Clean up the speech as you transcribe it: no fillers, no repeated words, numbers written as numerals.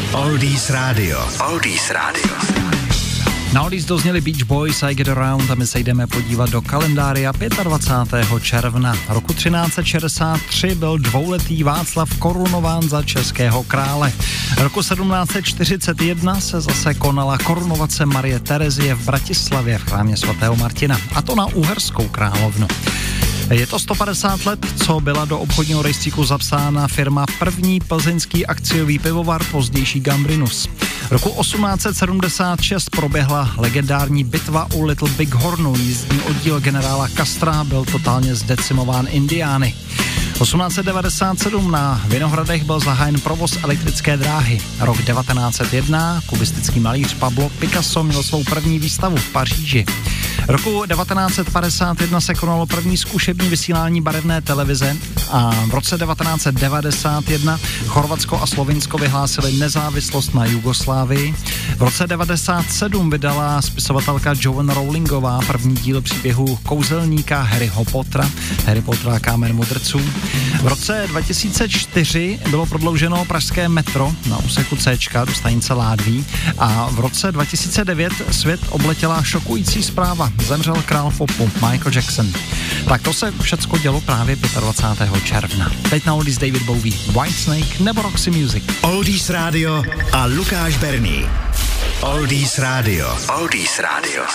Oldies Radio. Oldies Radio. Na Oldies dozněli Beach Boys I Get Around a my se jdeme podívat do kalendária 25. června. Roku 1363 byl dvouletý Václav korunován za českého krále. Roku 1741 se zase konala korunovace Marie Terezie v Bratislavě v chrámě svatého Martina, a to na Uherskou královnu. Je to 150 let, co byla do obchodního rejstříku zapsána firma první plzeňský akciový pivovar, pozdější Gambrinus. Roku 1876 proběhla legendární bitva u Little Big Hornu. Jízdní oddíl generála Castra byl totálně zdecimován indiány. 1897 na Vinohradech byl zahájen provoz elektrické dráhy. Rok 1901 kubistický malíř Pablo Picasso měl svou první výstavu v Paříži. Roku 1951 se konalo první zkušební vysílání barevné televize a v roce 1991 Chorvatsko a Slovinsko vyhlásili nezávislost na Jugoslávii. V roce 1997 vydala spisovatelka Joanne Rowlingová první díl příběhu kouzelníka Harryho Pottera a Kámen mudrců. V roce 2004 bylo prodlouženo pražské metro na úseku C do stanice Ládví a v roce 2009 svět obletěla šokující zpráva. Zemřel král popu Michael Jackson. Tak to se všecko dělo právě 25. června. Teď na Oldies David Bowie, Whitesnake nebo Roxy Music. Oldies Radio a Lukáš Berný. Oldies Radio. Oldies Radio.